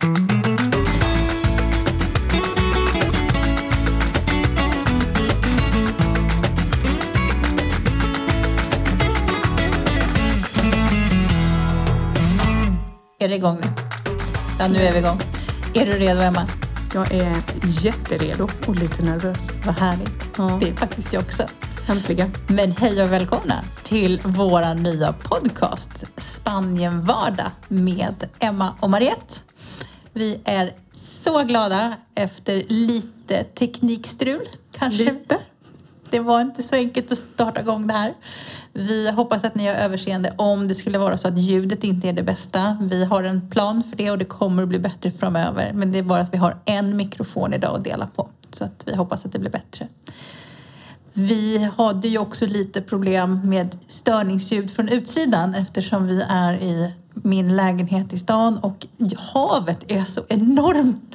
Är det igång nu? Ja, nu är vi igång. Är du redo, Emma? Jag är jätteredo och lite nervös. Vad härligt. Ja. Det är faktiskt jag också. Äntligen. Men hej och välkomna till våra nya podcast Spanien vardag med Emma och Mariette. Vi är så glada efter lite teknikstrul. Kanske. Lite. Det var inte så enkelt att starta igång det här. Vi hoppas att ni har överseende om det skulle vara så att ljudet inte är det bästa. Vi har en plan för det och det kommer att bli bättre framöver. Men det är bara att vi har en mikrofon idag att dela på. Så att vi hoppas att det blir bättre. Vi hade ju också lite problem med störningsljud från utsidan eftersom vi är i min lägenhet i stan och havet är så enormt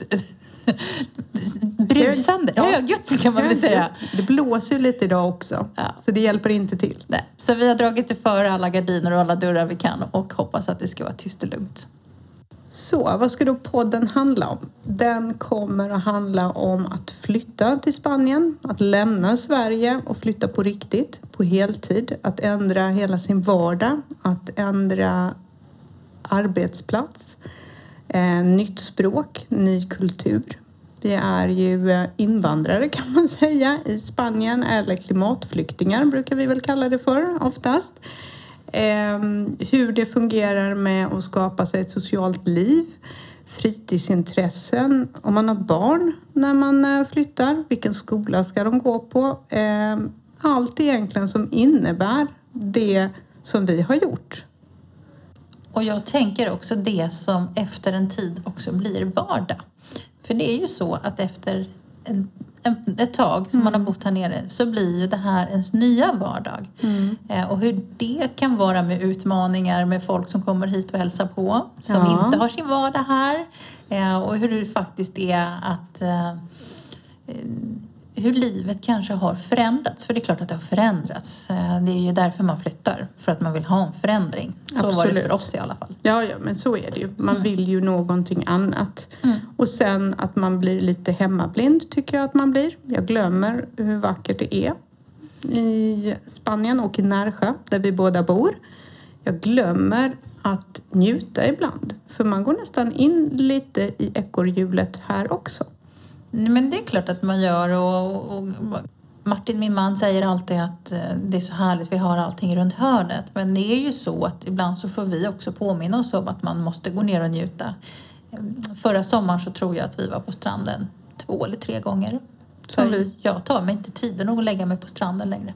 brusande. Ja, högljutt kan man väl säga. Det blåser ju lite idag också, så det hjälper inte till. Nej. Så vi har dragit för alla gardiner och alla dörrar vi kan och hoppas att det ska vara tyst och lugnt. Så, vad ska då podden handla om? Den kommer att handla om att flytta till Spanien, att lämna Sverige och flytta på riktigt, på heltid. Att ändra hela sin vardag, att ändra arbetsplats, nytt språk, ny kultur. Vi är ju invandrare kan man säga i Spanien, eller klimatflyktingar brukar vi väl kalla det för oftast. Hur det fungerar med att skapa sig ett socialt liv, fritidsintressen, om man har barn när man flyttar, vilken skola ska de gå på. Allt egentligen som innebär det som vi har gjort. Och jag tänker också det som efter en tid också blir vardag. För det är ju så att efter ett tag som man har bott här nere så blir ju det här ens nya vardag. Och hur det kan vara med utmaningar med folk som kommer hit och hälsar på. Som inte har sin vardag här. Och hur det faktiskt är att hur livet kanske har förändrats. För det är klart att det har förändrats. Det är ju därför man flyttar. För att man vill ha en förändring. Så Absolut. var det för oss i alla fall. Ja, men så är det ju. Man vill ju någonting annat. Och sen att man blir lite hemmablind tycker jag att man blir. Jag glömmer hur vackert det är i Spanien och i Närsjö där vi båda bor. Jag glömmer att njuta ibland. För man går nästan in lite i ekorrhjulet här också. Men det är klart att man gör och Martin, min man, säger alltid att det är så härligt, vi har allting runt hörnet. Men det är ju så att ibland så får vi också påminna oss om att man måste gå ner och njuta. Förra sommaren så tror jag att vi var på stranden 2 eller 3 gånger. För jag tar mig inte tiden att lägga mig på stranden längre.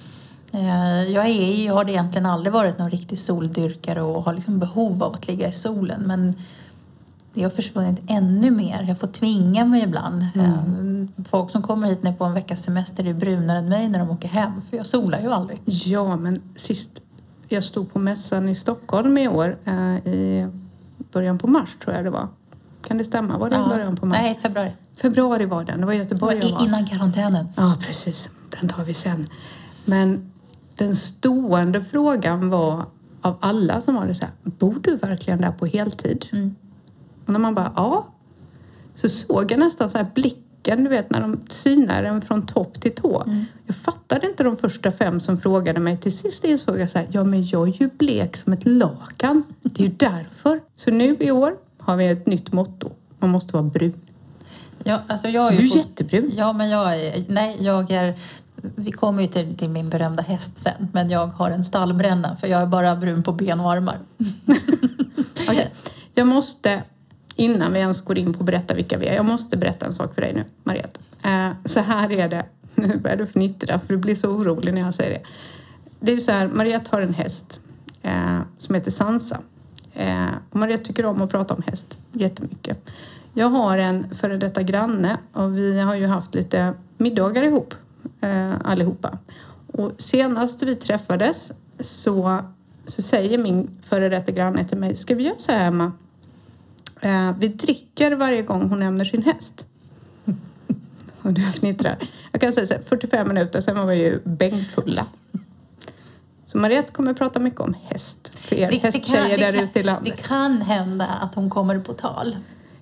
Jag har egentligen aldrig varit någon riktig soldyrkare och har liksom behov av att ligga i solen. Men det har försvunnit ännu mer. Jag får tvinga mig ibland. Folk som kommer hit nu på en veckas semester är brunare än mig när de åker hem. För jag solar ju aldrig. Ja, men sist jag stod på mässan i Stockholm i år. I början på mars tror jag det var. Kan det stämma? Var det i början på mars? Nej, februari. Februari var den. Det var Göteborg jag var. Innan karantänen. Ja, precis. Den tar vi sen. Men den stående frågan var av alla som var det så här. Bor du verkligen där på heltid? Och när man bara, så såg jag nästan så här blicken, du vet, när de synar den från topp till tå. Jag fattade inte de första 5 som frågade mig. Till sist insåg jag så här, men jag är ju blek som ett lakan. Det är ju därför. Så nu i år har vi ett nytt motto. Man måste vara brun. Ja, alltså jag är du är jättebrun. Ja, men jag är... Vi kommer ju till min berömda häst sen. Men jag har en stallbränna. För jag är bara brun på ben och armar. Okej. Jag måste... Innan vi ens går in på att berätta vilka vi är. Jag måste berätta en sak för dig nu, Mariette. Så här är det. Nu börjar du fnittra för du blir så orolig när jag säger det. Det är ju så här, Mariette har en häst som heter Sansa. Och Mariette tycker om att prata om häst jättemycket. Jag har en före detta granne och vi har ju haft lite middagar ihop allihopa. Och senast vi träffades så säger min före detta granne till mig, ska vi göra så här, Emma? Vi dricker varje gång hon nämner sin häst. Och du fnittrar. Jag kan säga så här, 45 minuter sen var vi ju bängfulla. Så Mariette kommer att prata mycket om häst. För er hästtjejer där ute i landet. Det kan hända att hon kommer på tal.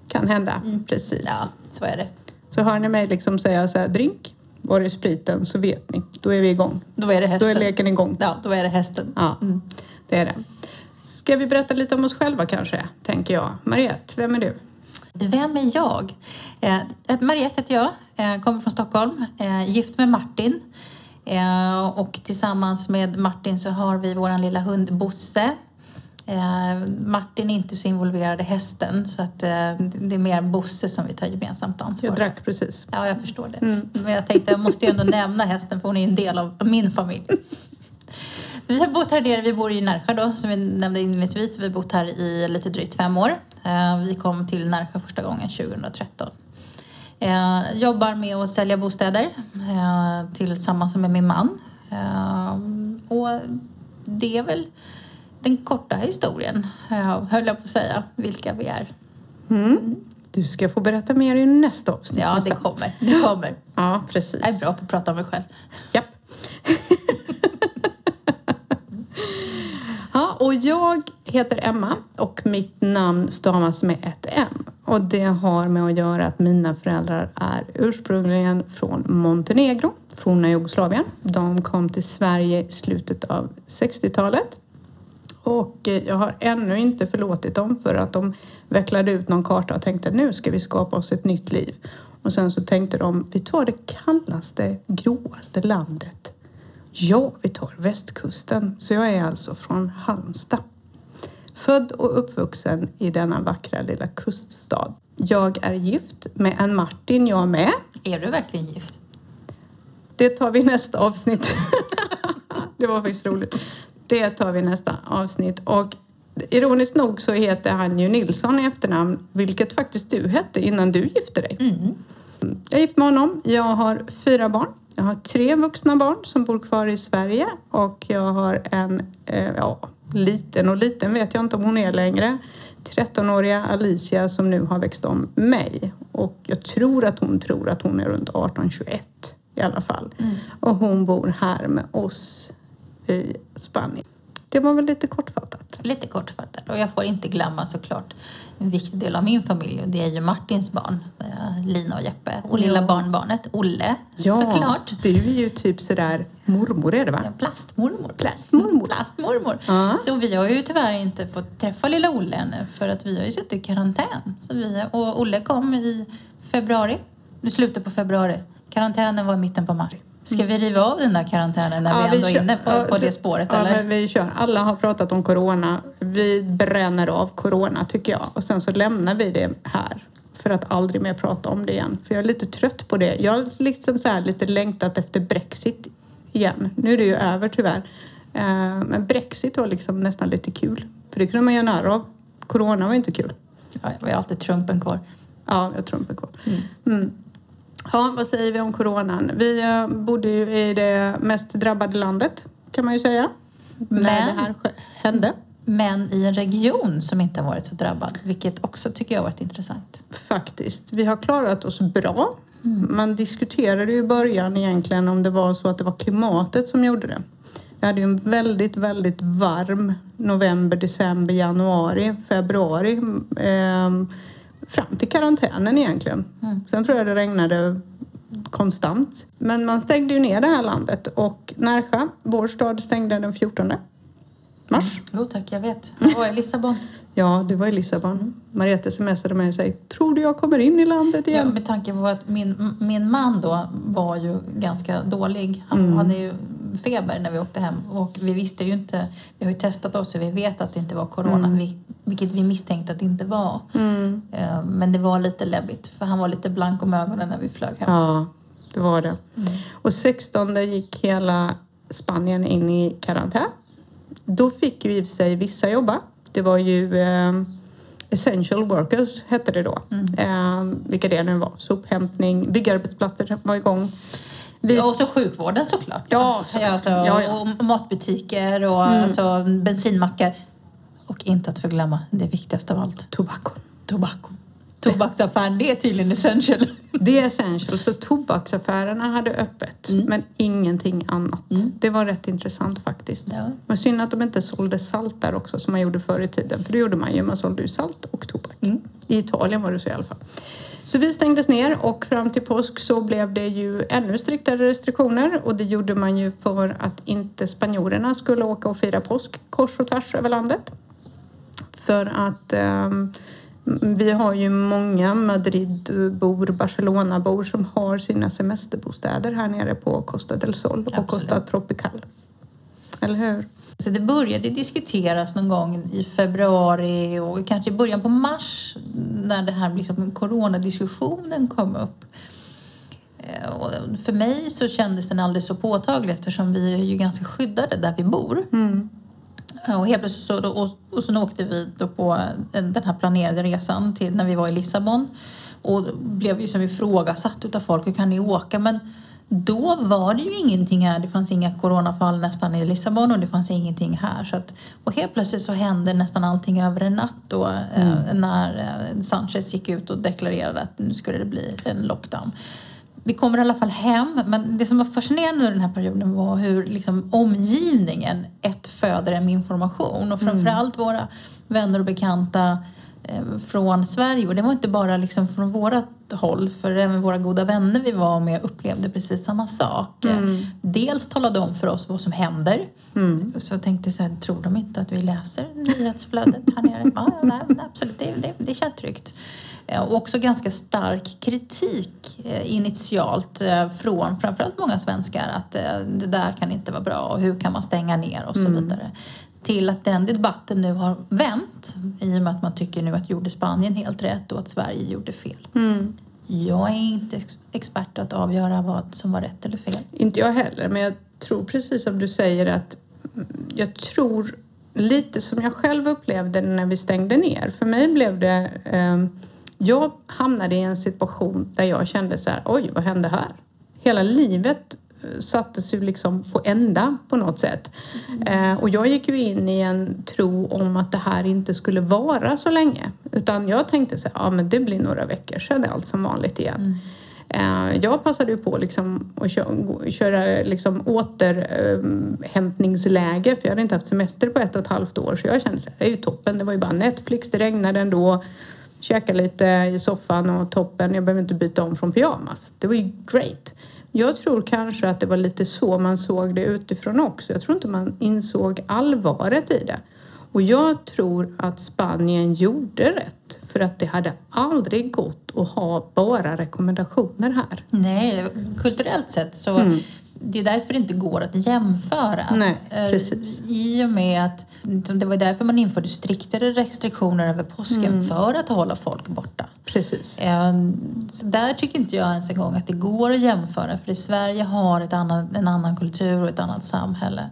kan hända. Precis. Ja, så är det. Så hör ni mig liksom säga så här, drink, var är spriten, så vet ni. Då är vi igång. Då är det hästen. Då är leken igång. Ja, då är det hästen. Ja, det är det. Ska vi berätta lite om oss själva kanske, tänker jag. Mariette, vem är du? Vem är jag? Mariette heter jag. Kommer från Stockholm. Gift med Martin. Och tillsammans med Martin så har vi våran lilla hund Bosse. Martin är inte så involverad i hästen, så att det är mer Bosse som vi tar gemensamt ansvar. Jag drack precis. Ja, jag förstår det. Men jag tänkte jag måste ju ändå nämna hästen, för hon är en del av min familj. Vi har bott här nere, vi bor i Närsjö då, som vi nämnde inledningsvis. Vi har bott här i lite drygt 5 år. Vi kom till Närsjö första gången 2013. Jobbar med att sälja bostäder tillsammans med min man. Och det är väl den korta historien, höll jag på att säga, vilka vi är. Du ska få berätta mer i nästa avsnitt. Ja, det kommer. Ja, precis. Jag är bra på att prata om mig själv. Japp. Ja, och jag heter Emma och mitt namn stavas med ett M. Och det har med att göra att mina föräldrar är ursprungligen från Montenegro, forna Jugoslavien. De kom till Sverige i slutet av 60-talet. Och jag har ännu inte förlåtit dem för att de vecklade ut någon karta och tänkte nu ska vi skapa oss ett nytt liv. Och sen så tänkte de, vi tar det kallaste, gråaste landet. Ja, vi tar västkusten. Så jag är alltså från Halmstad. Född och uppvuxen i denna vackra lilla kuststad. Jag är gift med en Martin, jag med. Är du verkligen gift? Det tar vi i nästa avsnitt. Det var faktiskt roligt. Det tar vi i nästa avsnitt. Och ironiskt nog så heter han ju Nilsson i efternamn. Vilket faktiskt du hette innan du gifte dig. Jag är gift med honom. Jag har 4 barn. Jag har 3 vuxna barn som bor kvar i Sverige. Och jag har en liten vet jag inte om hon är längre. 13-åriga Alicia som nu har växt om mig. Och jag tror att hon är runt 18-21 i alla fall. Och hon bor här med oss i Spanien. Det var väl lite kortfattat. Lite kortfattat. Och jag får inte glömma såklart en viktig del av min familj. Och det är ju Martins barn. Lina och Jeppe. Och lilla barnbarnet Olle. Ja, såklart. Du är ju typ sådär mormor är det va? Ja, plastmormor. Så vi har ju tyvärr inte fått träffa lilla Olle ännu. För att vi har ju suttit i karantän. Och Olle kom i februari. Nu slutet på februari. Karantänen var i mitten på mars. Ska vi riva av den där karantänen när vi ändå är inne på det spåret? Ja, eller? men vi kör. Alla har pratat om corona. Vi bränner av corona tycker jag. Och sen så lämnar vi det här. För att aldrig mer prata om det igen. För jag är lite trött på det. Jag har liksom så här lite längtat efter Brexit igen. Nu är det ju över tyvärr. Men Brexit var liksom nästan lite kul. För det kunde man göra nära av. Corona var ju inte kul. Ja, vi har alltid Trumpen kvar. Ja, jag har Trumpen kvar. Ja, vad säger vi om coronan? Vi bodde ju i det mest drabbade landet, kan man ju säga. När det här hände. Men i en region som inte har varit så drabbad. Vilket också tycker jag har varit intressant. Faktiskt. Vi har klarat oss bra. Man diskuterade ju i början egentligen om det var så att det var klimatet som gjorde det. Vi hade ju en väldigt, väldigt varm november, december, januari, februari. Fram till karantänen egentligen. Sen tror jag det regnade konstant. Men man stängde ju ner det här landet. Och Närsjö, vår stad, stängde den 14 mars. Jo tack, jag vet. Jag var i Lissabon. Ja, du var i Lissabon. Mariette smsade mig och säger, tror du jag kommer in i landet igen? Ja, med tanke på att min man då var ju ganska dålig. Han hade ju feber när vi åkte hem. Och vi visste ju inte, vi har ju testat oss och vi vet att det inte var corona. Vilket vi misstänkte att det inte var. Men det var lite läbbigt. För han var lite blank om ögonen när vi flög hem. Ja, det var det. Och 16 gick hela Spanien in i karantän. Då fick ju i och för sig vissa jobba. Det var ju essential workers hette det då. Vilka det nu var. Sophämtning, byggarbetsplatser var igång. Och så sjukvården såklart. Ja, såklart. Alltså, och matbutiker och alltså, bensinmackar. Och inte att förglömma det viktigaste av allt. Tobacco. Tobaksaffären, det är tydligen essential. Det är essential, så tobaksaffärerna hade öppet. Men ingenting annat. Det var rätt intressant faktiskt. Ja. Men synd att de inte sålde salt där också som man gjorde förr i tiden. För det gjorde man ju, man sålde ju salt och tobak. I Italien var det så i alla fall. Så vi stängdes ner och fram till påsk så blev det ju ännu striktare restriktioner. Och det gjorde man ju för att inte spanjorerna skulle åka och fira påsk kors och tvärs över landet. För att vi har ju många Madridbor, Barcelonabor som har sina semesterbostäder här nere på Costa del Sol och Costa Tropical. Eller hur? Så det började diskuteras någon gång i februari och kanske i början på mars när det här liksom coronadiskussionen kom upp. Och för mig så kändes den aldrig så påtaglig eftersom vi är ju ganska skyddade där vi bor. Mm. Och helt plötsligt så åkte vi då på den här planerade resan till när vi var i Lissabon. Och blev ju som ifrågasatt utav folk, hur kan ni åka? Men då var det ju ingenting här. Det fanns inga coronafall nästan i Lissabon och det fanns ingenting här. Så att, och helt plötsligt så hände nästan allting över en natt då när Sanchez gick ut och deklarerade att nu skulle det bli en lockdown. Vi kommer i alla fall hem, men det som var fascinerande under den här perioden var hur liksom omgivningen föder en information. Och framförallt våra vänner och bekanta från Sverige. Och det var inte bara liksom från vårat håll, för även våra goda vänner vi var med upplevde precis samma sak. Dels talade de för oss vad som händer. Så jag tänkte så här, tror de inte att vi läser nyhetsflödet här nere? Ja, nej, absolut, det känns tryggt. Och också ganska stark kritik initialt från framförallt många svenskar att det där kan inte vara bra och hur kan man stänga ner och så vidare. Till att den debatten nu har vänt i och med att man tycker nu att gjorde Spanien helt rätt och att Sverige gjorde fel. Jag är inte expert att avgöra vad som var rätt eller fel. Inte jag heller, men jag tror precis som du säger att jag tror lite som jag själv upplevde när vi stängde ner. För mig blev det... jag hamnade i en situation där jag kände så här, oj, vad hände här? Hela livet sattes ju liksom på ända på något sätt. Och jag gick ju in i en tro om att det här inte skulle vara så länge. Utan jag tänkte så här, ja men det blir några veckor, sen är allt som vanligt igen. Jag passade ju på liksom att köra liksom återhämtningsläge, för jag hade inte haft semester på 1,5 år. Så jag kände så här, det är ju toppen, det var ju bara Netflix, det regnade ändå. Käka lite i soffan och toppen, jag behöver inte byta om från pyjamas. Det var ju great. Jag tror kanske att det var lite så man såg det utifrån också. Jag tror inte man insåg allvaret i det. Och jag tror att Spanien gjorde rätt. För att det hade aldrig gått att ha bara rekommendationer här. Nej, kulturellt sett så det är därför det inte går att jämföra. Nej, precis. I och med att det var därför man införde striktare restriktioner över påsken för att hålla folk borta. Precis. Så där tycker inte jag ens en gång att det går att jämföra. För Sverige har en annan kultur och ett annat samhälle.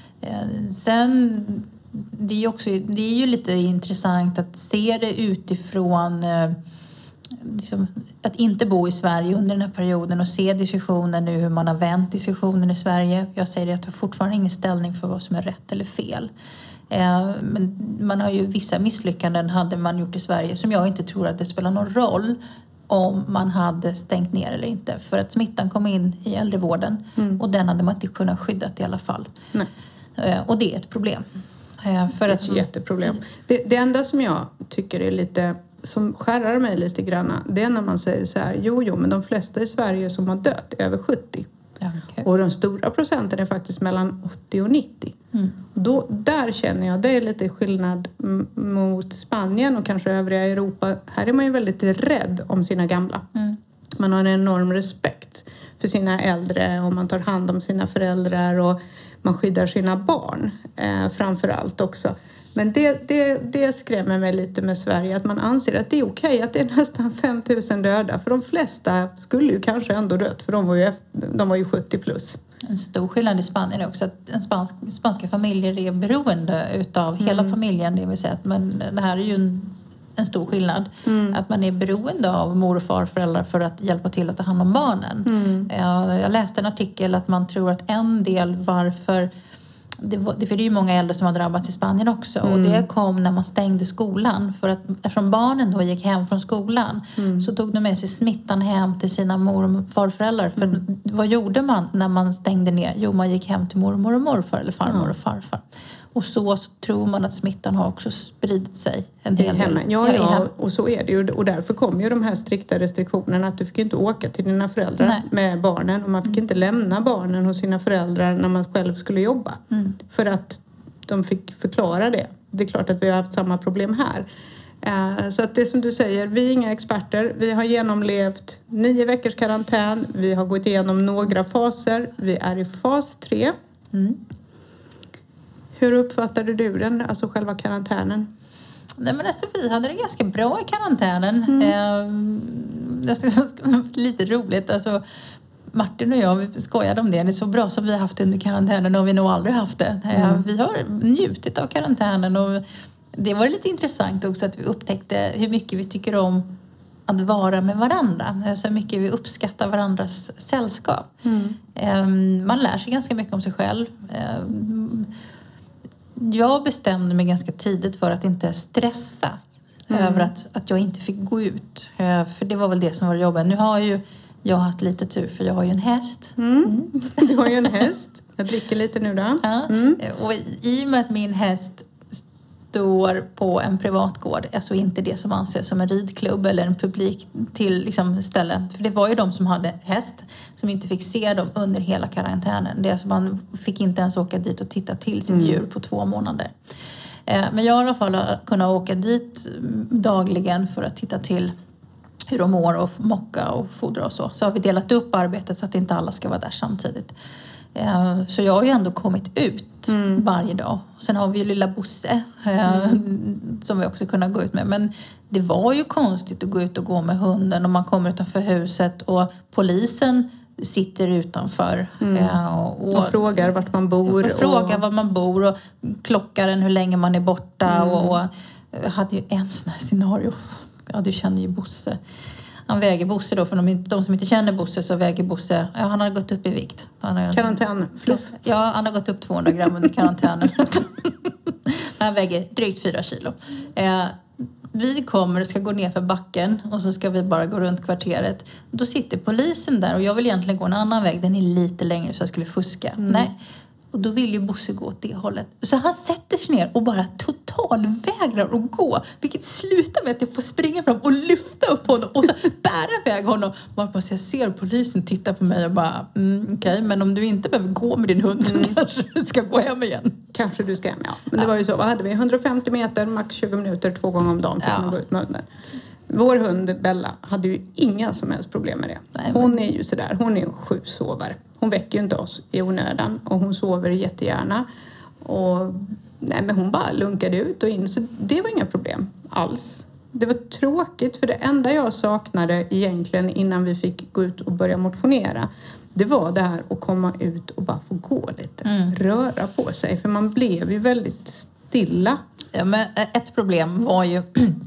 Sen det är ju lite intressant att se det utifrån liksom, att inte bo i Sverige under den här perioden och se diskussionen nu, hur man har vänt diskussionen i Sverige. Jag säger det att jag har fortfarande ingen ställning för vad som är rätt eller fel. Men man har ju vissa misslyckanden hade man gjort i Sverige som jag inte tror att det spelar någon roll om man hade stängt ner eller inte. För att smittan kom in i äldrevården och den hade man inte kunnat skydda i alla fall. Nej. Och det är ett problem. För det är ett jätteproblem. Det enda som jag tycker är lite, som skärrar mig lite grann, det är när man säger så här, jo, men de flesta i Sverige som har dött är över 70. Okay. Och de stora procenten är faktiskt mellan 80 och 90. Där känner jag, det är lite skillnad mot Spanien och kanske övriga Europa. Här är man ju väldigt rädd om sina gamla. Man har en enorm respekt för sina äldre och man tar hand om sina föräldrar och man skyddar sina barn framför allt också. Men det skrämmer mig lite med Sverige, att man anser att det är okej att det är nästan 5 000 döda. För de flesta skulle ju kanske ändå dött, för de var ju 70 plus. En stor skillnad i Spanien är också att spanska familjer är beroende utav hela familjen. Det vill säga att det här är ju en stor skillnad. Att man är beroende av mor- och farföräldrar för att hjälpa till att ta hand om barnen. Jag läste en artikel att man tror att en del varför... För det är ju många äldre som har drabbats i Spanien också. Och det kom när man stängde skolan. För att eftersom barnen då gick hem från skolan så tog de med sig smittan hem till sina mor- och farföräldrar. För vad gjorde man när man stängde ner? Jo, man gick hem till mormor och morfar eller farmor och farfar. Och så tror man att smittan har också spridit sig en hel del. Ja, och så är det ju. Och därför kom ju de här strikta restriktionerna att du fick inte åka till dina föräldrar med barnen. Och man fick inte lämna barnen hos sina föräldrar när man själv skulle jobba. För att de fick förklara det. Det är klart att vi har haft samma problem här. Så att det som du säger, vi är inga experter. Vi har genomlevt 9 veckors karantän. Vi har gått igenom några faser. Vi är i fas 3. Hur uppfattade du den, alltså själva karantänen? Nej, men alltså, vi hade det ganska bra i karantänen. Lite roligt. Alltså, Martin och jag, vi skojade om det. Det är så bra som vi har haft det under karantänen och vi nog aldrig haft det. Vi har njutit av karantänen och det var lite intressant också att vi upptäckte hur mycket vi tycker om att vara med varandra. Så mycket vi uppskattar varandras sällskap. Man lär sig ganska mycket om sig själv. Jag bestämde mig ganska tidigt för att inte stressa över att jag inte fick gå ut. För det var väl det som var jobbet. Nu har ju jag haft lite tur för jag har ju en häst. Du har ju en häst. Jag dricker lite nu då. Ja. Och i och med att min häst står på en privatgård, alltså inte det som anses som en ridklubb eller en publik till liksom ställe. För det var ju de som hade häst som inte fick se dem under hela karantänen. Det är alltså man fick inte ens åka dit och titta till sitt djur på 2 månader. Men jag har i alla fall kunnat åka dit dagligen för att titta till hur de mår och mocka och fodra och så. Så har vi delat upp arbetet så att inte alla ska vara där samtidigt. Så jag har ju ändå kommit ut varje dag. Sen har vi ju lilla Bosse som vi också kunnat gå ut med. Men det var ju konstigt att gå ut och gå med hunden och man kommer utanför huset och polisen sitter utanför. Och frågar vart man bor. Och frågar var man bor och klockar en hur länge man är borta. Och jag hade ju en sån här scenario. Ja, du känner ju Bosse. Han väger Bosse då, för de som inte känner Bosse så väger Bosse, ja, han har gått upp i vikt. Karantänfluff. Ja, han har gått upp 200 gram under karantänen. Han väger drygt 4 kilo. Vi kommer och ska gå ner för backen och så ska vi bara gå runt kvarteret. Då sitter polisen där och jag vill egentligen gå en annan väg. Den är lite längre så jag skulle fuska. Nej. Och då vill ju Bosse gå åt det hållet. Så han sätter sig ner och bara totalvägrar att gå. Vilket slutar med att jag får springa fram och lyfta upp honom. Och så bära iväg honom. Varpå jag ser polisen titta på mig och bara okej, men om du inte behöver gå med din hund så kanske du ska gå hem igen. Kanske du ska hem, ja. Men det var ju så, vad hade vi? 150 meter, max 20 minuter, 2 gånger om dagen för att gå ut med hunden. Vår hund Bella hade ju inga som helst problem med det. Nej, hon är ju sådär, hon är en 7-sovare. Hon väcker ju inte oss i onödan och hon sover jättegärna. Och nej, men hon bara lunkade ut och in, så det var inga problem alls. Det var tråkigt, för det enda jag saknade egentligen innan vi fick gå ut och börja motionera, det var det här att komma ut och bara få gå lite. Röra på sig, för man blev ju väldigt stilla. Ja, men ett problem var ju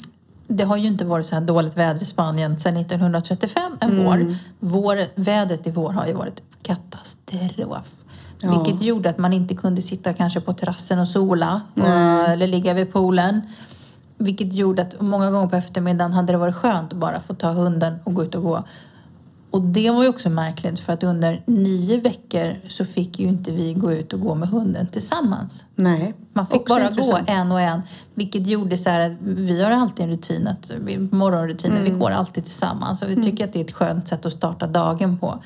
det har ju inte varit så här dåligt väder i Spanien sedan 1935 en vår. Vädret i vår har ju varit katastrof. Ja. Vilket gjorde att man inte kunde sitta kanske på terrassen och sola eller ligga vid poolen. Vilket gjorde att många gånger på eftermiddagen hade det varit skönt att bara få ta hunden och gå ut och gå. Och det var ju också märkligt, för att under 9 veckor så fick ju inte vi gå ut och gå med hunden tillsammans. Nej. Man fick bara gå en och en. Vilket gjorde så här att vi har alltid en rutin, morgonrutinen, vi går alltid tillsammans. Och vi tycker att det är ett skönt sätt att starta dagen på.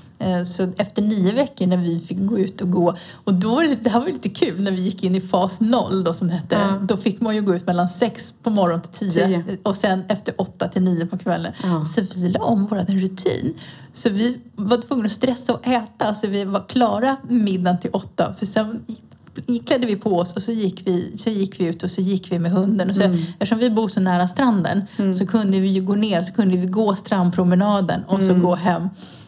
Så efter 9 veckor när vi fick gå ut och gå, och då var det här var lite kul när vi gick in i fas 0 då, som det hette. Då fick man ju gå ut mellan 6 på morgonen till 10 och sen efter 8 till 9 på kvällen. Så vi la om vår rutin. Så vi var tvungna att stressa och äta, så vi var klara middagen till 8, för sen klädde vi på oss och så gick vi ut och så gick vi med hunden. Och så, eftersom vi bor så nära stranden så kunde vi ju gå ner, så kunde vi gå strandpromenaden och så gå hem.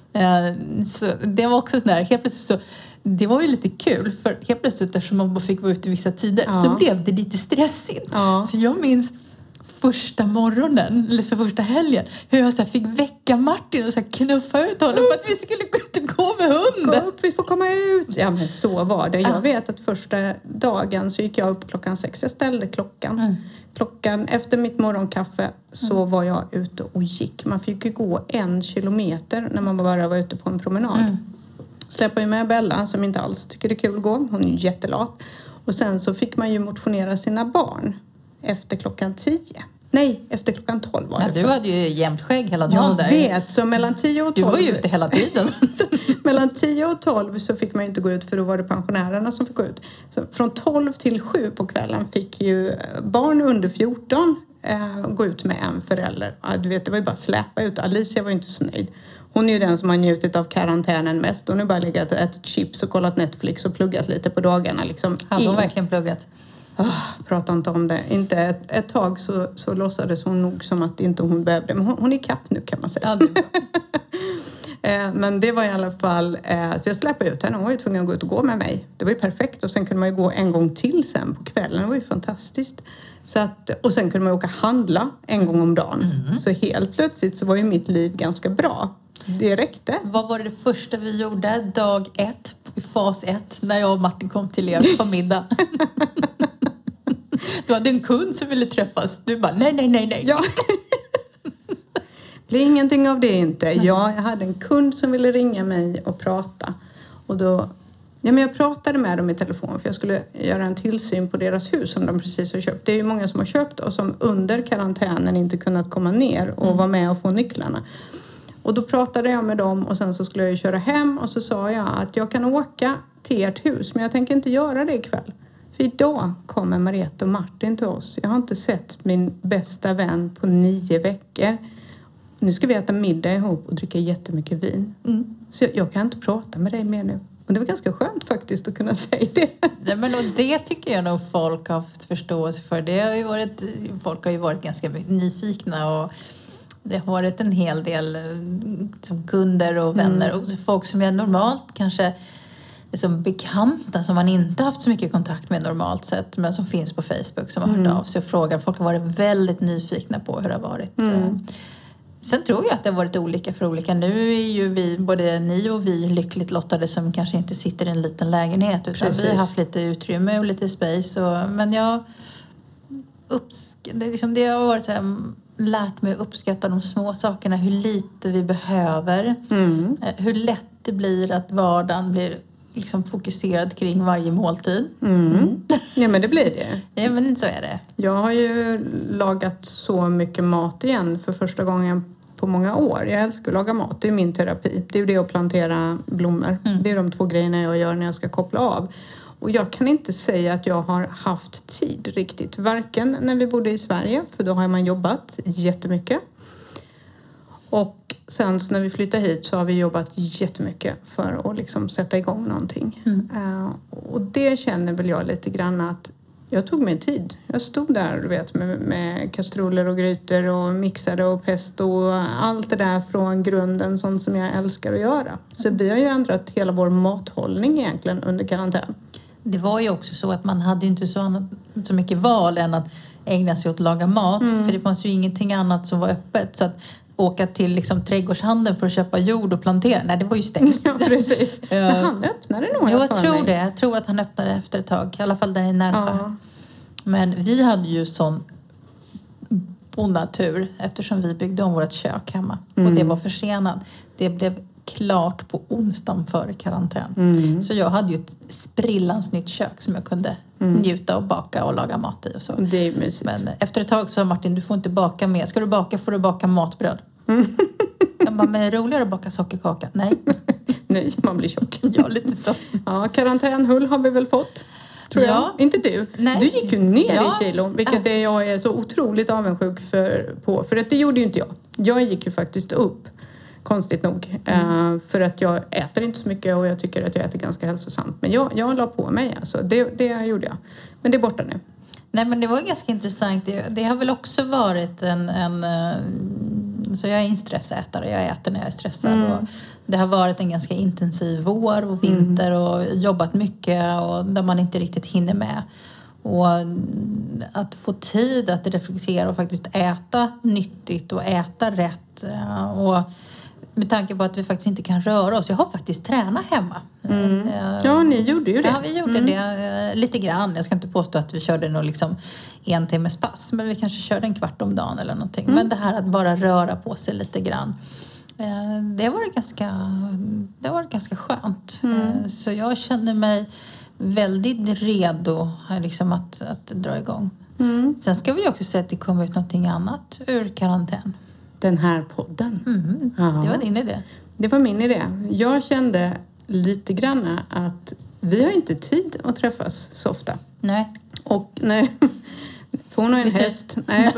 Så det var också sådär, helt plötsligt så, det var ju lite kul, för helt plötsligt eftersom man bara fick vara ute i vissa tider så blev det lite stressigt. Så jag minns första morgonen, eller så första helgen, hur jag så här fick väcka Martin och så här knuffa ut honom för att vi skulle gå ut och gå med hunden. Gå upp, vi får komma ut. Ja, men så var det. Jag vet att första dagen så gick jag upp klockan 6. Jag ställde klockan. Efter mitt morgonkaffe så var jag ute och gick. Man fick ju gå 1 kilometer när man bara var ute på en promenad. Släpper ju med Bella som inte alls tycker det är kul att gå. Hon är ju jättelat. Och sen så fick man ju motionera sina barn efter klockan 10. Nej, efter klockan 12 var det. Du hade ju jämnt skägg hela dagen. Jag vet, så mellan 10 och 12... Du var ju ute hela tiden. Mellan 10 och 12 så fick man inte gå ut, för då var det pensionärerna som fick gå ut. Så från 12 till 7 på kvällen fick ju barn under 14 gå ut med en förälder. Ja, du vet, det var ju bara släpa ut. Alicia var ju inte så nöjd. Hon är ju den som har njutit av karantänen mest. Hon har bara legat och ätit chips och kollat Netflix och pluggat lite på dagarna. Liksom. Hade hon verkligen pluggat? Prata inte om det. Inte ett tag så låtsades hon nog som att inte hon behövde. Men hon är kapp nu, kan man säga. Ja, men det var i alla fall... så jag släppte ut henne. Hon var ju tvungen att gå ut och gå med mig. Det var ju perfekt. Och sen kunde man ju gå en gång till sen på kvällen. Det var ju fantastiskt. Så att, och sen kunde man åka handla en gång om dagen. Så helt plötsligt så var ju mitt liv ganska bra. Det räckte. Vad var det första vi gjorde dag 1, i fas 1, när jag och Martin kom till er på middag? Du hade en kund som ville träffas. Du bara, nej. Ja. Det blir ingenting av det inte. Ja, jag hade en kund som ville ringa mig och prata. Och då... Ja, men jag pratade med dem i telefon för jag skulle göra en tillsyn på deras hus som de precis har köpt. Det är ju många som har köpt och som under karantänen inte kunnat komma ner och vara med och få nycklarna. Och då pratade jag med dem och sen så skulle jag ju köra hem och så sa jag att jag kan åka till ert hus men jag tänker inte göra det ikväll. För idag kommer Mariette och Martin till oss. Jag har inte sett min bästa vän på 9 veckor. Nu ska vi äta middag ihop och dricka jättemycket vin. Så jag kan inte prata med dig mer nu. Och det var ganska skönt faktiskt att kunna säga det. Ja, men och det tycker jag nog folk har haft förståelse för. Det har ju varit, folk har ju varit ganska nyfikna och det har varit en hel del som kunder och vänner och folk som är normalt kanske som bekanta som man inte haft så mycket kontakt med normalt sett men som finns på Facebook som har hört av sig och frågar. Folk har varit väldigt nyfikna på hur det har varit. Sen tror jag att det har varit olika för olika. Nu är ju vi, både ni och vi, lyckligt lottade som kanske inte sitter i en liten lägenhet. Utan vi har haft lite utrymme och lite space. Men jag det har varit så här, lärt mig att uppskatta de små sakerna. Hur lite vi behöver. Hur lätt det blir att vardagen blir liksom fokuserad kring varje måltid. Ja, men det blir det. Ja, men så är det. Jag har ju lagat så mycket mat igen för första gången på många år. Jag älskar att laga mat. Det är min terapi. Det är ju det att plantera blommor. Det är de 2 grejerna jag gör när jag ska koppla av. Och jag kan inte säga att jag har haft tid riktigt. Varken när vi bodde i Sverige, för då har man jobbat jättemycket. Och sen så när vi flyttade hit så har vi jobbat jättemycket för att liksom sätta igång någonting. Och det känner väl jag lite grann att jag tog mig tid. Jag stod där, du vet, med kastruller och grytor och mixade och pesto och allt det där från grunden, sånt som jag älskar att göra. Så vi har ju ändrat hela vår mathållning egentligen under karantän. Det var ju också så att man hade inte så mycket val än att ägna sig åt att laga mat. För det fanns ju ingenting annat som var öppet. Så att åka till liksom trädgårdshandeln för att köpa jord och plantera. Nej, det var ju stängt. Ja, precis. Men han öppnade nog. Jag tror det. Jag tror att han öppnade efter ett tag. I alla fall den i Närsjö. Ja. Men vi hade ju sån bonnatur eftersom vi byggde om vårt kök hemma. Och det var försenat. Det blev klart på onsdagen före karantän. Så jag hade ju ett sprillans nytt kök som jag kunde njuta och baka och laga mat i och så. Det är mysigt. Men efter ett tag sa Martin, du får inte baka mer. Ska du baka får du baka matbröd. Jag bara, men är det roligare att baka sockerkaka? Nej. Nej, man blir tjock. Ja, lite så. Ja, karantänhull har vi väl fått. Tror jag. Inte du. Nej. Du gick ju ner i kilo. Vilket jag är så otroligt avundsjuk på. För att det gjorde ju inte jag. Jag gick ju faktiskt upp. Konstigt nog. För att jag äter inte så mycket och jag tycker att jag äter ganska hälsosamt. Men jag la på mig alltså. Det gjorde jag. Men det är borta nu. Nej, men det var ganska intressant. Det har väl också varit så jag är en stressätare. Jag äter när jag är stressad. Och det har varit en ganska intensiv vår och vinter och jobbat mycket och där man inte riktigt hinner med. Och att få tid att reflektera och faktiskt äta nyttigt och äta rätt. Och med tanke på att vi faktiskt inte kan röra oss. Jag har faktiskt tränat hemma. Ja, ni gjorde ju det. Ja, vi gjorde det lite grann. Jag ska inte påstå att vi körde nog liksom 1 timmes pass. Men vi kanske körde en kvart om dagen eller någonting. Men det här att bara röra på sig lite grann. Det var ganska skönt. Så jag känner mig väldigt redo liksom att dra igång. Sen ska vi också säga att det kommer ut någonting annat ur karantän. Den här podden. Det var din idé. Det var min idé. Jag kände lite grann att vi har inte tid att träffas så ofta. Nej. Och nej, för hon har en häst. Nej,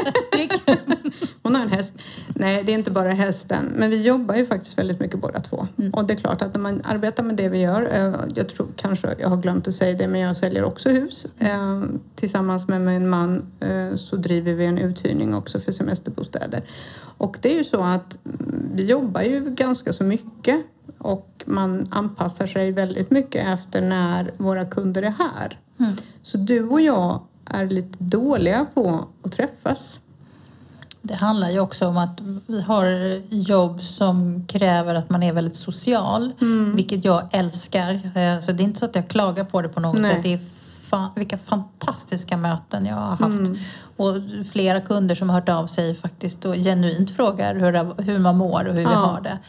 hon har en häst. Nej, det är inte bara hästen. Men vi jobbar ju faktiskt väldigt mycket båda två. Och det är klart att när man arbetar med det vi gör. Jag tror kanske, jag har glömt att säga det, men jag säljer också hus. Tillsammans med min man så driver vi en uthyrning också för semesterbostäder. Och det är ju så att vi jobbar ju ganska så mycket. Och man anpassar sig väldigt mycket efter när våra kunder är här. Så du och jag är lite dåliga på att träffas. Det handlar ju också om att vi har jobb som kräver att man är väldigt social. Vilket jag älskar. Så det är inte så att jag klagar på det på något sätt. Det är vilka fantastiska möten jag har haft. Och flera kunder som har hört av sig faktiskt och genuint frågar hur man mår och hur vi har det.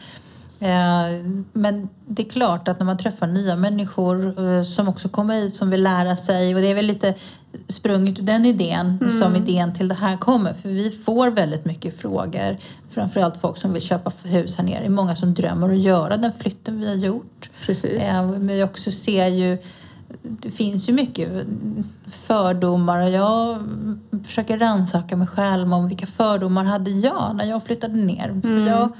Men det är klart att när man träffar nya människor som också kommer hit, som vill lära sig, och det är väl lite sprunget ur den idén som idén till det här kommer, för vi får väldigt mycket frågor, framförallt folk som vill köpa hus här nere. Det är många som drömmer att göra den flytten vi har gjort. Precis. Men jag också ser ju, det finns ju mycket fördomar, och jag försöker rannsaka mig själv om vilka fördomar hade jag när jag flyttade ner. För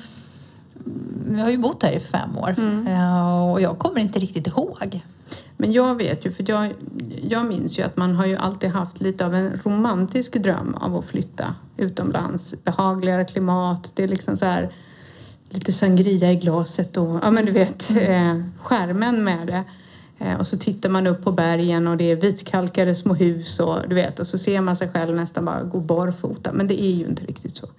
jag har ju bott här i 5 år och jag kommer inte riktigt ihåg. Men jag vet ju, för jag minns ju att man har ju alltid haft lite av en romantisk dröm av att flytta utomlands. Behagligare klimat, det är liksom så här lite sangria i glaset och ja men du vet skärmen med det. Och så tittar man upp på bergen och det är vitkalkade små hus och du vet, och så ser man sig själv nästan bara gå barfota. Men det är ju inte riktigt så.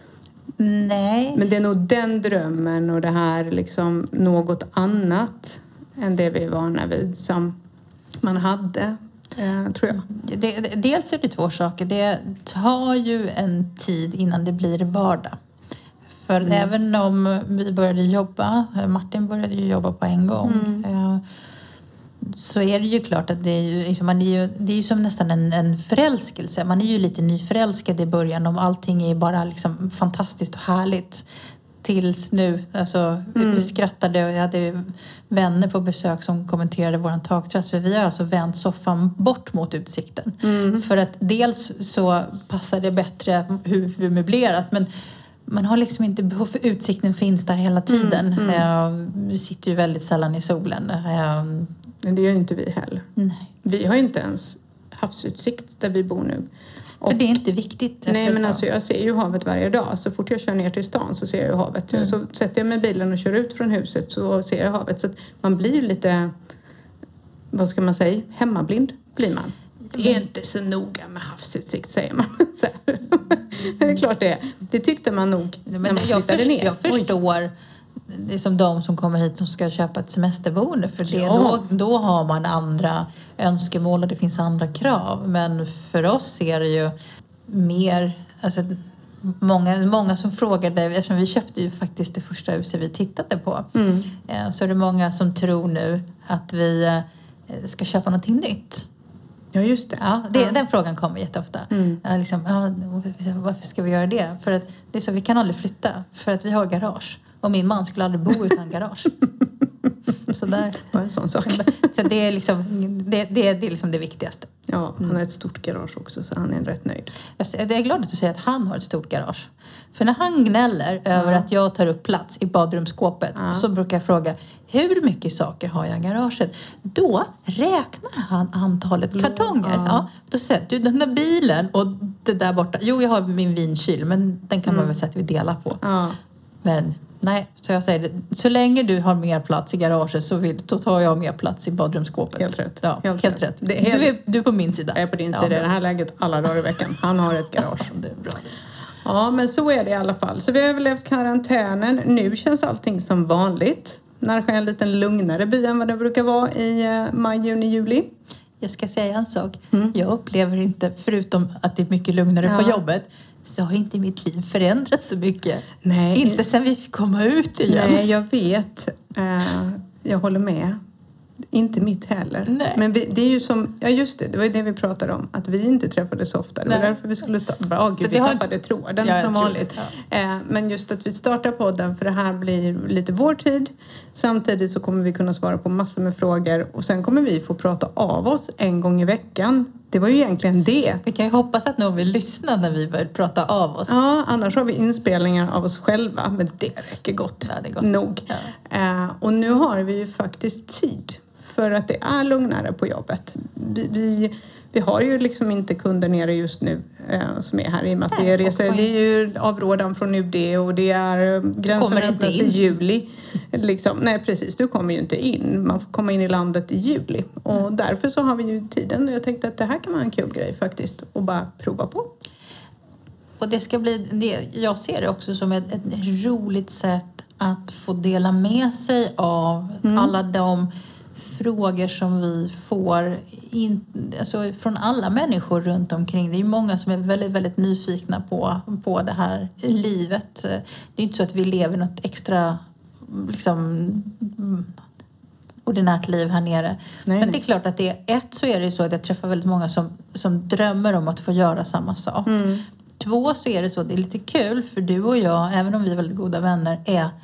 Nej. Men det är nog den drömmen och det här liksom något annat än det vi är vana vid som man hade, tror jag. Dels är det 2 saker. Det tar ju en tid innan det blir vardag. För även om vi började jobba, Martin började ju jobba på en gång, så är det ju klart att det är ju, liksom, det är ju som nästan en förälskelse. Man är ju lite nyförälskad i början om allting är bara liksom fantastiskt och härligt. Tills nu, alltså vi skrattade och jag hade vänner på besök som kommenterade våran takterrass. För vi har alltså vänt soffan bort mot utsikten. För att dels så passar det bättre hur vi möblerat, men man har liksom inte behov, för utsikten finns där hela tiden. Vi sitter ju väldigt sällan i solen. Men det gör ju inte vi heller. Nej. Vi har ju inte ens havsutsikt där vi bor nu. För det är inte viktigt. Nej, men alltså jag ser ju havet varje dag. Så fort jag kör ner till stan så ser jag ju havet. Så sätter jag mig i bilen och kör ut från huset så ser jag havet. Så att man blir lite, vad ska man säga, hemmablind blir man. Det är inte så noga med havsutsikt, säger man. Så här. Men det är klart det är. Det tyckte man nog när man flyttade ner. Jag förstår. Det är som de som kommer hit som ska köpa ett semesterboende. För det, då har man andra önskemål och det finns andra krav. Men för oss är det ju mer, alltså, många som frågade, eftersom vi köpte ju faktiskt det första huset vi tittade på. Så är det många som tror nu att vi ska köpa någonting nytt. Ja, just det. Ja, den frågan kommer jätteofta. Varför ska vi göra det? För att det är så, vi kan aldrig flytta. För att vi har garage. Och min man skulle aldrig bo utan garage. Så där var en sån sak. Så det är liksom det är liksom det viktigaste. Ja, han har ett stort garage också, så han är rätt nöjd. Jag är glad att du säger att han har ett stort garage. För när han gnäller över att jag tar upp plats i badrumsskåpet, så brukar jag fråga, hur mycket saker har jag i garaget? Då räknar han antalet kartonger. Ja, då säger du, den där bilen och det där borta. Jo, jag har min vinkyl, men den kan man väl säga att vi delar på. Ja. Men nej, så jag säger det. Så länge du har mer plats i garaget så tar jag mer plats i badrumsskåpet. Helt rätt. Ja, helt rätt. Du är på min sida. Jag är på din sida i det här läget alla dagar i veckan. Han har ett garage. Det är bra. Ja, men så är det i alla fall. Så vi har överlevt karantänen. Nu känns allting som vanligt. Närsjö är en liten lugnare by än vad det brukar vara i maj, juni, juli. Jag ska säga en sak. Jag upplever inte, förutom att det är mycket lugnare på jobbet, så har inte mitt liv förändrats så mycket. Nej. Inte sen vi fick komma ut igen. Nej, jag vet. Jag håller med. Inte mitt heller. Nej. Men det är ju som, ja just det var ju det vi pratade om. Att vi inte träffades ofta. Det var därför vi skulle starta. Gud, vi tappade tråden som vanligt. Ja. Men just att vi startar podden, för det här blir lite vår tid. Samtidigt så kommer vi kunna svara på massor med frågor. Och sen kommer vi få prata av oss en gång i veckan. Det var ju egentligen det. Vi kan ju hoppas att någon vill lyssna när vi börjar prata av oss. Ja, annars har vi inspelningar av oss själva. Men det räcker gott. Ja, det är gott. Nog. Ja. Och nu har vi ju faktiskt tid. För att det är lugnare på jobbet. Vi har ju liksom inte kunder nere just nu som är här i och med att det är ju avrådan från UD och det är gränsen öppnas i juli. Liksom. Nej precis, du kommer ju inte in. Man får komma in i landet i juli. Och därför så har vi ju tiden. Och jag tänkte att det här kan vara en kul grej faktiskt. Och bara prova på. Och det ska bli, jag ser det också som ett roligt sätt att få dela med sig av alla de frågor som vi får alltså från alla människor runt omkring. Det är många som är väldigt, väldigt nyfikna på det här livet. Det är inte så att vi lever något extra liksom ordinärt liv här nere. Men det är klart att så är det så att jag träffar väldigt många som drömmer om att få göra samma sak. 2 så är det så att det är lite kul för du och jag, även om vi är väldigt goda vänner,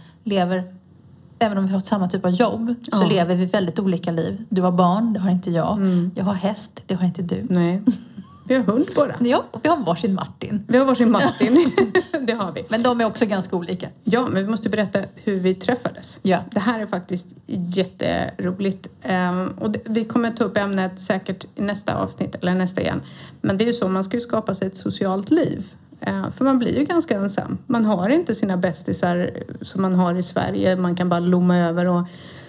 även om vi har samma typ av jobb så lever vi väldigt olika liv. Du har barn, det har inte jag. Jag har häst, det har inte du. Nej. Vi har hund bara. Ja, och vi har varsin Martin. Vi har varsin Martin, det har vi. Men de är också ganska olika. Ja, men vi måste berätta hur vi träffades. Ja. Det här är faktiskt jätteroligt. Och vi kommer ta upp ämnet säkert i nästa avsnitt eller nästa igen. Men det är ju så, man ska ju skapa sig ett socialt liv. För man blir ju ganska ensam. Man har inte sina bästisar som man har i Sverige. Man kan bara lomma över och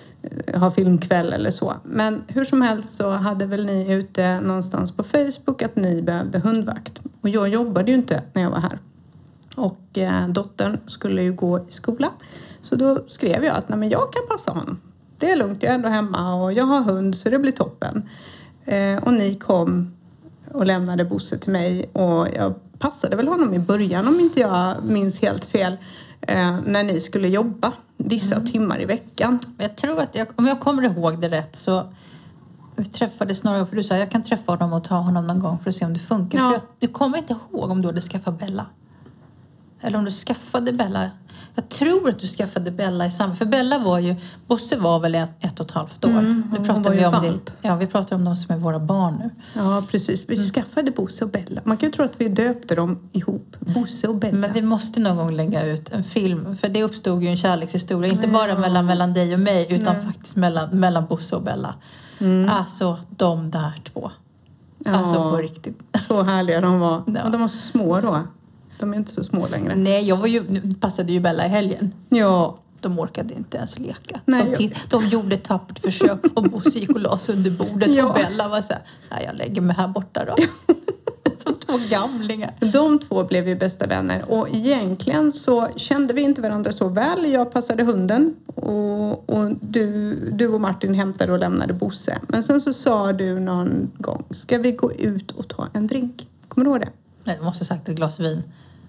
ha filmkväll eller så. Men hur som helst så hade väl ni ute någonstans på Facebook att ni behövde hundvakt. Och jag jobbade ju inte när jag var här. Och dottern skulle ju gå i skola. Så då skrev jag att nej, men jag kan passa honom. Det är lugnt, jag är ändå hemma och jag har hund så det blir toppen. Och ni kom och lämnade Bosse till mig och jag passade väl honom i början om inte jag minns helt fel. När ni skulle jobba vissa timmar i veckan. Jag tror att om jag kommer ihåg det rätt så vi träffades några gånger. För du sa jag kan träffa honom och ta honom någon gång för att se om det funkar. Ja. För du kommer inte ihåg om du hade skaffat Bella. Eller om du skaffade Bella. Jag tror att du skaffade Bella i samma. För Bella var ju, Bosse var väl 1,5 år. Nu pratar vi om det. Ja, vi pratar om de som är våra barn nu. Ja, precis. Vi skaffade Bosse och Bella. Man kan ju tro att vi döpte dem ihop. Bosse och Bella. Men vi måste någon gång lägga ut en film. För det uppstod ju en kärlekshistoria. Inte bara mellan dig och mig. Utan faktiskt mellan Bosse och Bella. Alltså de där 2. Alltså på riktigt. Så härliga de var. Ja. Och de var så små då. De är inte så små längre. Nej, passade ju Bella i helgen. Ja. De orkade inte ens leka. Nej, de gjorde ett tappert försök och Bosse gick och la sig under bordet. Och Bella var så här, nej jag lägger mig här borta då. Som 2 gamlingar. De 2 blev ju bästa vänner. Och egentligen så kände vi inte varandra så väl. Jag passade hunden. Och du och Martin hämtade och lämnade Bosse. Men sen så sa du någon gång, ska vi gå ut och ta en drink? Kommer du ihåg det? Nej, du måste ha sagt ett glas vin.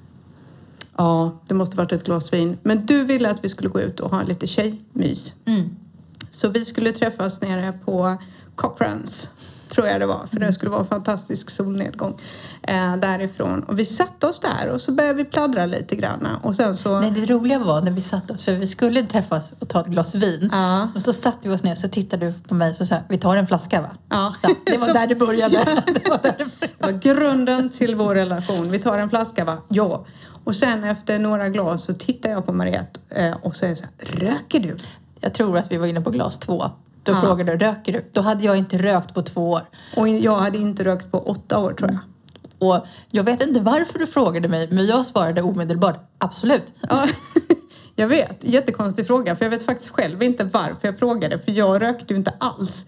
Ja, det måste varit ett glas vin. Men du ville att vi skulle gå ut och ha lite tjejmys. Så vi skulle träffas nere på Cochrans, tror jag det var. För det skulle vara en fantastisk solnedgång därifrån. Och vi satte oss där och så började vi pladdra lite grann. Och sen så... Nej, det roliga var när vi satte oss, för vi skulle träffas och ta ett glas vin. Ja. Och så satte vi oss ner så tittade du på mig och sa, vi tar en flaska va? Ja. Det var där det började. Ja. Det var grunden till vår relation. Vi tar en flaska va? Ja. Och sen efter några glas så tittar jag på Mariette och säger så här, röker du? Jag tror att vi var inne på glas 2. Då frågade du, röker du? Då hade jag inte rökt på 2 år. Och jag hade inte rökt på 8 år tror jag. Och jag vet inte varför du frågade mig, men jag svarade omedelbart, absolut. Ja, jag vet, jättekonstig fråga. För jag vet faktiskt själv inte varför jag frågade. För jag rökte ju inte alls.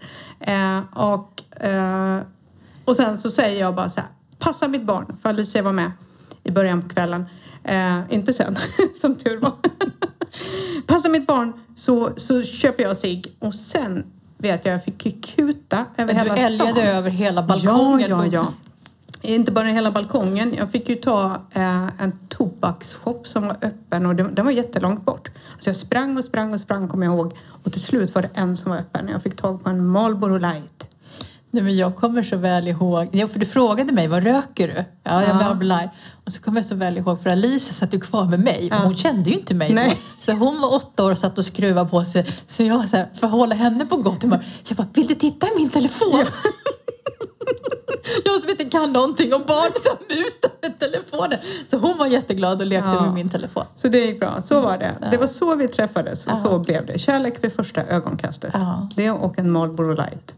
Och sen så säger jag bara så här, passa mitt barn. För Alicia var med i början på kvällen. Inte sen, som tur var. Passa mitt barn så köper jag sig. Och sen vet jag fick kuta över hela stan. Du älgade över hela balkongen. Ja. Inte bara hela balkongen. Jag fick ju ta en tobaksshop som var öppen och den var jättelångt bort. Så jag sprang kommer jag ihåg. Och till slut var det en som var öppen. Jag fick tag på en Marlboro Light. Nej, men jag kommer så väl ihåg. Ja, för du frågade mig, vad röker du? Ja, jag Marlboro Light. Och så kommer jag så väl ihåg för Alicia satt ju kvar med mig. Och hon kände ju inte mig då. Så hon var 8 år och satt och skruvade på sig. Så jag var så här, för att hålla henne på gott humör. Jag bara, vill du titta i min telefon? Ja. Jag som inte kan någonting om barn som mutar med telefonen. Så hon var jätteglad och lekte med min telefon. Så det gick bra, så var det. Det var så vi träffades och så blev det. Kärlek vid första ögonkastet. Det och en Marlboro Light.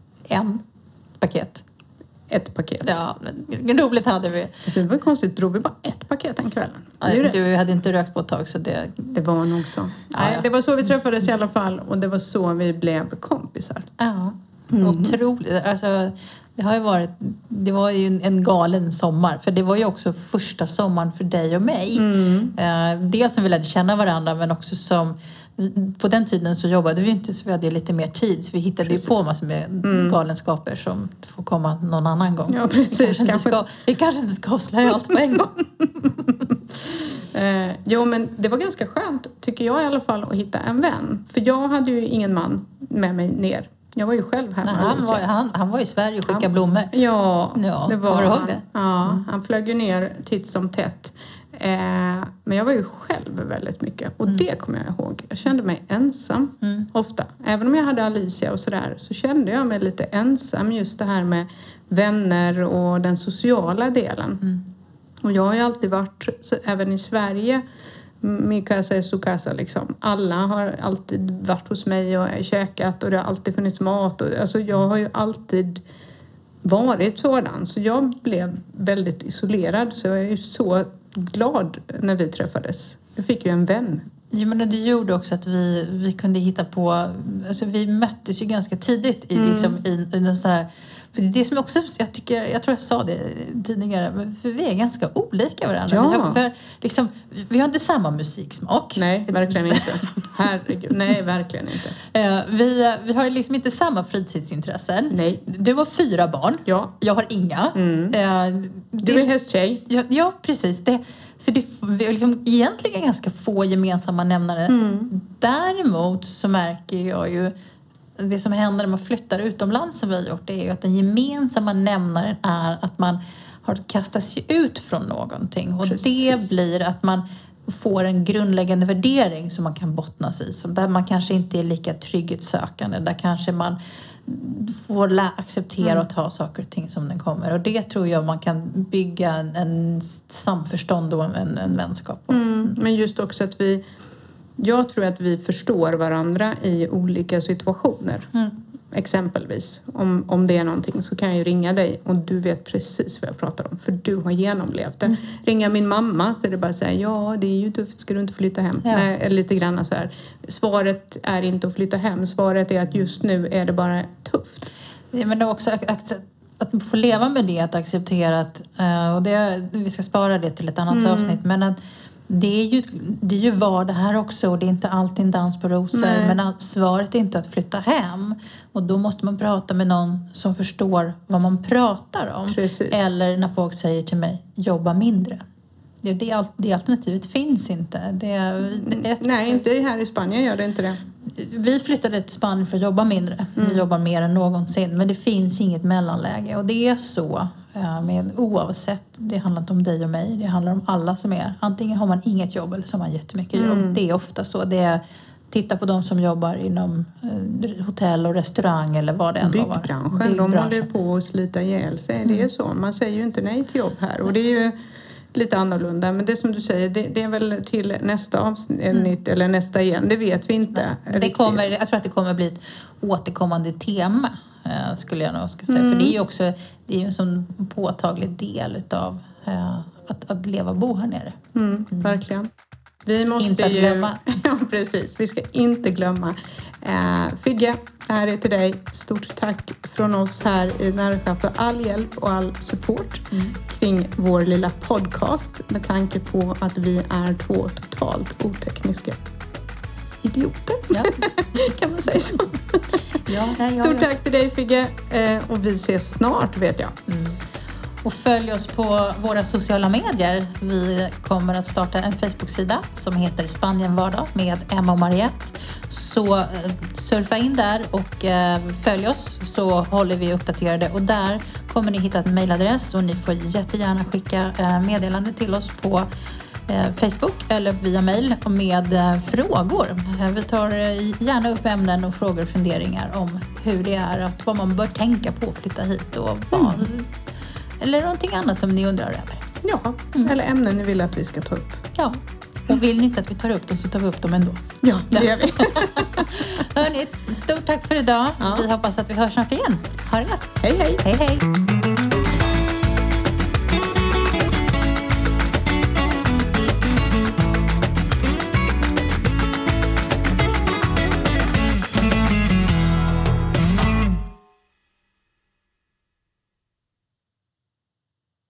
Ett paket. Ja, men roligt hade vi. Så det var konstigt, drog vi bara ett paket den kvällen. Du hade inte rökt på ett tag så det var nog så. Nej, det var så vi träffades i alla fall och det var så vi blev kompisar. Ja, otroligt. Alltså, det var ju en galen sommar. För det var ju också första sommaren för dig och mig. Dels som vi lärde känna varandra men också som... På den tiden så jobbade vi inte så vi hade lite mer tid. Så vi hittade ju på massor med galenskaper som får komma någon annan gång. Ja, precis. Vi kanske inte ska avslöja allt på en gång. Jo, men det var ganska skönt, tycker jag i alla fall, att hitta en vän. För jag hade ju ingen man med mig ner. Jag var ju själv här med han var i Sverige och skickade blommor. Ja, det var kommer du ihåg det? Ja, han flög ju ner titt som tätt. Men jag var ju själv väldigt mycket. Och det kommer jag ihåg. Jag kände mig ensam ofta. Även om jag hade Alicia och sådär. Så kände jag mig lite ensam. Just det här med vänner och den sociala delen. Och jag har ju alltid varit, så även i Sverige, min casa är su casa liksom. Alla har alltid varit hos mig och käkat. Och det har alltid funnits mat. Alltså jag har ju alltid varit sådan. Så jag blev väldigt isolerad. Så jag är ju så glad när vi träffades. Jag fick ju en vän. Ja, men det gjorde också att vi kunde hitta på... Alltså vi möttes ju ganska tidigt i någon sån här... För det som också, jag tror jag sa det tidigare, men för vi är ganska olika varandra. Ja. Vi har inte samma musiksmak. Nej, verkligen inte. Herregud, nej, verkligen inte. Vi har liksom inte samma fritidsintressen. Nej. Du har 4 barn. Ja. Jag har inga. Du är hästtjej. Ja, precis. Så det är liksom egentligen ganska få gemensamma nämnare. Däremot så märker jag ju det som händer när man flyttar utomlands som vi har gjort, det är ju att den gemensamma nämnaren är att man har kastat sig ut från någonting. Och det blir att man får en grundläggande värdering som man kan bottna sig i. Så där man kanske inte är lika trygghetssökande. Där kanske man får acceptera och ta saker och ting som den kommer. Och det tror jag man kan bygga en samförstånd och en vänskap på. Men just också att jag tror att vi förstår varandra i olika situationer. Exempelvis. Om det är någonting så kan jag ju ringa dig och du vet precis vad jag pratar om. För du har genomlevt det. Ringa min mamma så är det bara att säga ja, det är ju tufft, ska du inte flytta hem? Ja. Nej, lite grann så här. Svaret är inte att flytta hem. Svaret är att just nu är det bara tufft. Ja, men det är också att få leva med det, att acceptera att, och vi ska spara det till ett annat avsnitt, men att det är ju vad det här också, och det är inte alltid en dans på rosor. Nej. Men svaret är inte att flytta hem. Och då måste man prata med någon som förstår vad man pratar om. Precis. Eller när folk säger till mig, jobba mindre. Det alternativet finns inte. Nej, inte här i Spanien gör det inte det. Vi flyttade till Spanien för att jobba mindre. Vi jobbar mer än någonsin. Men det finns inget mellanläge. Och det är så med oavsett. Det handlar inte om dig och mig. Det handlar om alla som är. Antingen har man inget jobb eller så har man jättemycket jobb. Det är ofta så. Det är titta på de som jobbar inom hotell och restaurang eller vad det än var. Byggbranschen. De håller på att slita ihjäl sig. Det är så. Man säger ju inte nej till jobb här. Och det är ju lite annorlunda. Men det som du säger, det är väl till nästa avsnitt eller nästa igen. Det vet vi inte. Jag tror att det kommer bli ett återkommande tema. Skulle jag nog säga. För det är ju också en sån påtaglig del utav att leva och bo här nere. Verkligen. Vi måste inte att glömma. Ja, precis. Vi ska inte glömma. Figge, det här är till dig. Stort tack från oss här i Närsjö för all hjälp och all support kring vår lilla podcast. Med tanke på att vi är 2 totalt otekniska idioter. Ja. Kan man säga så? Ja. Stort tack till dig, Figge. Och vi ses snart, vet jag. Och följ oss på våra sociala medier. Vi kommer att starta en Facebook-sida som heter Spanien vardag med Emma och Mariette. Så surfa in där och följ oss, så håller vi uppdaterade. Och där kommer ni hitta en mailadress och ni får jättegärna skicka meddelande till oss på Facebook eller via mail med frågor. Vi tar gärna upp ämnen och frågor och funderingar om hur det är, vad man bör tänka på att flytta hit och vad, eller någonting annat som ni undrar över. Ja, eller ämnen ni vill att vi ska ta upp. Ja, och vill ni inte att vi tar upp dem så tar vi upp dem ändå. Ja, det gör vi. Hörrni, stort tack för idag. Vi hoppas att vi hörs snart igen. Ha det gott. Hej, hej. Hej, hej.